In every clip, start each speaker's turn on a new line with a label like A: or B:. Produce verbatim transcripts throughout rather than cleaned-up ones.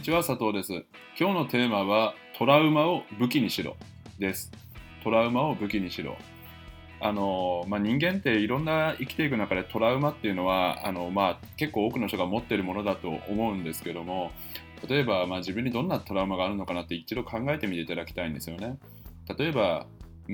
A: ちは、佐藤です。今日のテーマはトラウマを武器にしろです。トラウマを武器にしろ。あのまあ、人間っていろんな生きていく中でトラウマっていうのはあの、まあ、結構多くの人が持っているものだと思うんですけども、例えば、まあ、自分にどんなトラウマがあるのかなって一度考えてみていただきたいんですよね。例えば、うん、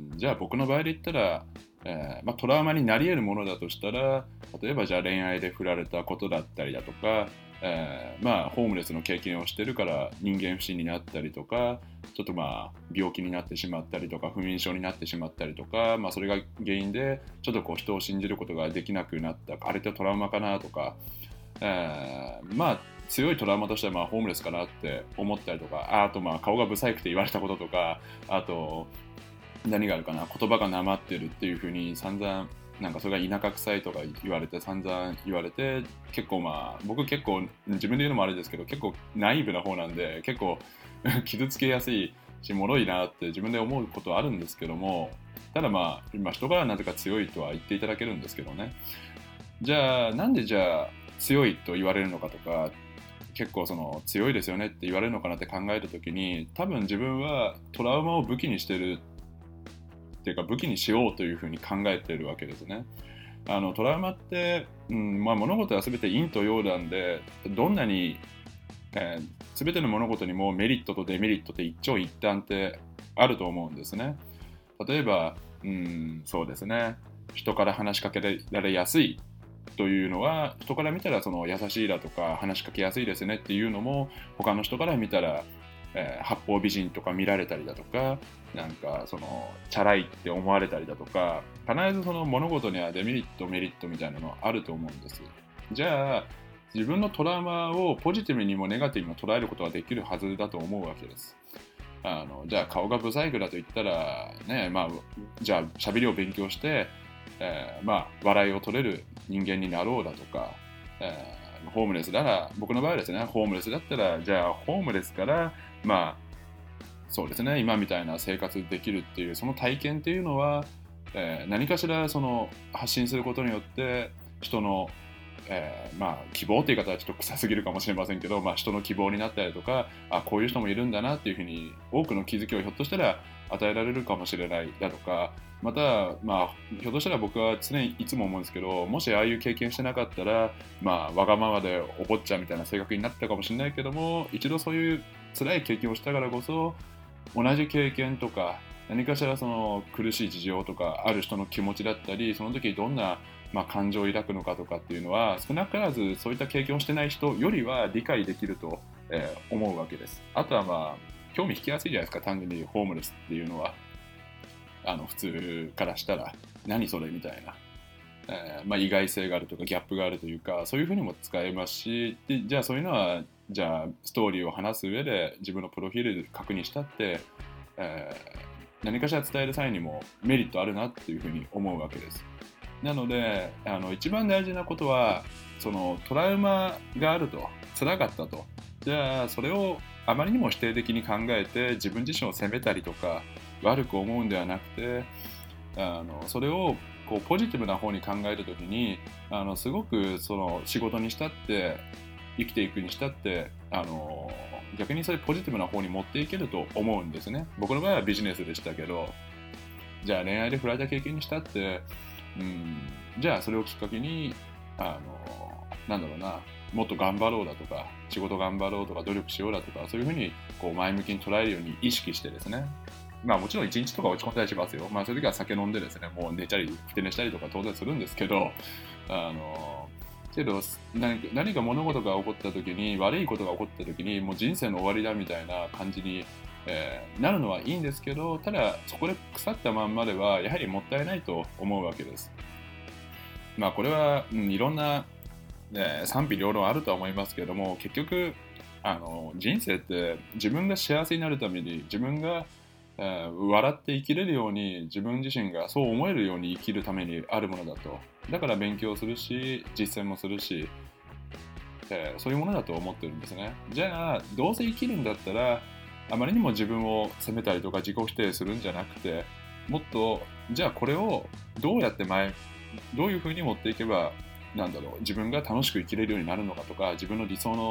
A: じゃあ僕の場合で言ったら、えーまあ、トラウマになり得るものだとしたら、例えばじゃあ恋愛で振られたことだったりだとか、えーまあ、ホームレスの経験をしてるから人間不信になったりとか、ちょっとまあ病気になってしまったりとか不眠症になってしまったりとか、まあ、それが原因でちょっとこう人を信じることができなくなった、あれってトラウマかなとか、えーまあ強いトラウマとしてはまあホームレスかなって思ったりとか、あとまあ顔がブサイクて言われたこととか、あと何があるかな、言葉がなまってるっていう風に散々なんかそれが田舎臭いとか言われて散々言われて、結構まあ僕結構自分で言うのもあれですけど結構ナイーブな方なんで結構傷つけやすいし脆いなって自分で思うことはあるんですけども、ただまあ今人からなぜか強いとは言っていただけるんですけどね。じゃあなんでじゃあ強いと言われるのかとか、結構その強いですよねって言われるのかなって考えた時に、多分自分はトラウマを武器にしてるっていうか武器にしようというふうに考えているわけですね。あのトラウマって、うんまあ、物事は全て陰と陽なんで、どんなに、えー、全ての物事にもメリットとデメリットって一長一短ってあると思うんですね。例えば、うん、そうですね、人から話しかけられやすいというのは、人から見たらその優しいだとか話しかけやすいですねっていうのも、他の人から見たら、えー、八方美人とか見られたりだとか、なんかそのチャラいって思われたりだとか、必ずその物事にはデメリットメリットみたいなのはあると思うんです。じゃあ自分のトラウマをポジティブにもネガティブにも捉えることができるはずだと思うわけです。あのじゃあ顔がブサイクだと言ったらね、まあじゃあ喋りを勉強して、えー、まあ笑いを取れる人間になろうだとか、えー、ホームレスなら、僕の場合はですね、ホームレスだったらじゃあホームレスからまあそうですね、今みたいな生活できるっていうその体験っていうのは、えー、何かしらその発信することによって人の、えー、まあ希望っていう言い方はちょっと臭すぎるかもしれませんけど、まあ、人の希望になったりとか、あこういう人もいるんだなっていうふうに多くの気づきをひょっとしたら与えられるかもしれないだとか、また、まあ、ひょっとしたら僕は常にいつも思うんですけど、もしああいう経験してなかったら、まあ、わがままでお坊ちゃんみたいな性格になってたかもしれないけども、一度そういう辛い経験をしたからこそ同じ経験とか何かしらその苦しい事情とかある人の気持ちだったり、その時どんな、まあ、感情を抱くのかとかっていうのは、少なからずそういった経験をしてない人よりは理解できると、えー思うわけです。あとはまあ興味引きやすいじゃないですか、単純にホームレスっていうのは。あの普通からしたら何それみたいな、えーまあ、意外性があるとかギャップがあるというか、そういうふうにも使えますし、でじゃあそういうのはじゃあストーリーを話す上で自分のプロフィールで確認したって、えー何かしら伝える際にもメリットあるなっていうふうに思うわけです。なのであの一番大事なことは、そのトラウマがあると、辛かったと、じゃあそれをあまりにも否定的に考えて自分自身を責めたりとか悪く思うんではなくて、あのそれをこうポジティブな方に考えたときに、あのすごくその仕事にしたって生きていくにしたってあの逆にそれポジティブな方に持っていけると思うんですね。僕の場合はビジネスでしたけど、じゃあ恋愛で振られた経験にしたって、うん、じゃあそれをきっかけにあのなんだろうな、もっと頑張ろうだとか仕事頑張ろうとか努力しようだとか、そういうふうにこう前向きに捉えるように意識してですね、まあもちろんいちにちとか落ち込んだりしますよ。まあそういう時は酒飲んでですね、もう寝たり、ふて寝したりとか当然するんですけど、あの、けど何か、何か物事が起こった時に、悪いことが起こった時に、もう人生の終わりだみたいな感じに、えーなるのはいいんですけど、ただそこで腐ったまんまではやはりもったいないと思うわけです。まあこれは、うん、いろんな、ね、賛否両論あるとは思いますけれども、結局、あの人生って自分が幸せになるために自分がえー笑って生きれるように、自分自身がそう思えるように生きるためにあるものだと。だから勉強するし実践もするし、えーそういうものだと思ってるんですね。じゃあどうせ生きるんだったら、あまりにも自分を責めたりとか自己否定するんじゃなくて、もっとじゃあこれをどうやって前どういうふうに持っていけば、なんだろう、自分が楽しく生きれるようになるのかとか、自分の理想の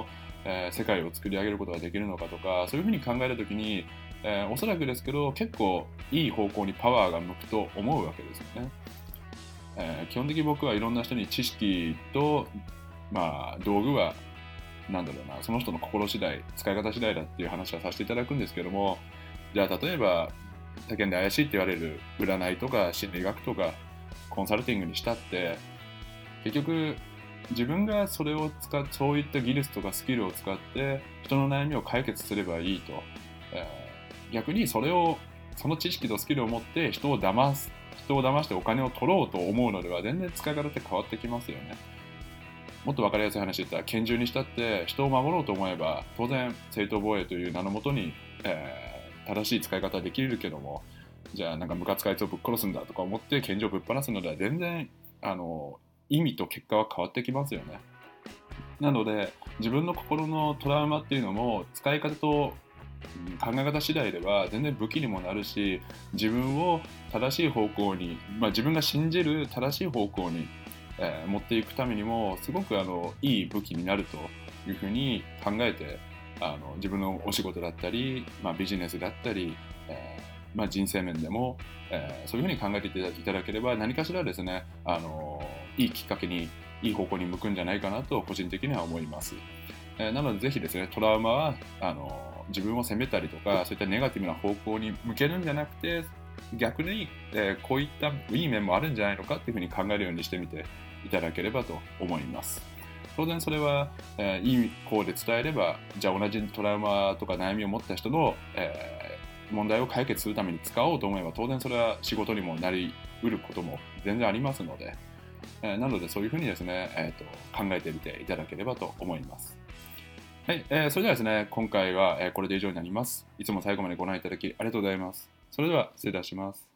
A: えー世界を作り上げることができるのかとか、そういうふうに考えるときに、えーおそらくですけど結構いい方向にパワーが向くと思うわけですよね。えー基本的に僕はいろんな人に知識と、まあ、道具はなんだろうな、その人の心次第、使い方次第だっていう話はさせていただくんですけども、じゃあ例えば世間で怪しいって言われる占いとか心理学とかコンサルティングにしたって結局自分がそれを使っそういった技術とかスキルを使って人の悩みを解決すればいいと、えー逆にそれをその知識とスキルを持って人を騙す人を騙してお金を取ろうと思うのでは全然使い方って変わってきますよね。もっと分かりやすい話で言ったら拳銃にしたって人を守ろうと思えば当然正当防衛という名のもとに、えー正しい使い方はできるけども、じゃあなんかムカつかあいつをぶっ殺すんだとか思って拳銃をぶっ放すのでは全然あの意味と結果は変わってきますよね。なので自分の心のトラウマっていうのも使い方とうん考え方次第では全然武器にもなるし、自分を正しい方向に、まあ、自分が信じる正しい方向に、えー持っていくためにもすごくあのいい武器になるというふうに考えて、あの自分のお仕事だったり、まあ、ビジネスだったり、えーまあ、人生面でも、えーそういうふうに考えていただいただければ何かしらですね、あのいいきっかけにいい方向に向くんじゃないかなと個人的には思います。えーなのでぜひですね、トラウマはあの自分を責めたりとかそういったネガティブな方向に向けるんじゃなくて、逆に、えーこういったいい面もあるんじゃないのかっていうふうに考えるようにしてみていただければと思います。当然それは、えーいい方で伝えれば、じゃあ同じトラウマとか悩みを持った人の、えー問題を解決するために使おうと思えば当然それは仕事にもなりうることも全然ありますので、えーなのでそういうふうにですね、えーと考えてみていただければと思います。はい、えーそれではですね、今回は、えーこれで以上になります。いつも最後までご覧いただきありがとうございます。それでは失礼いたします。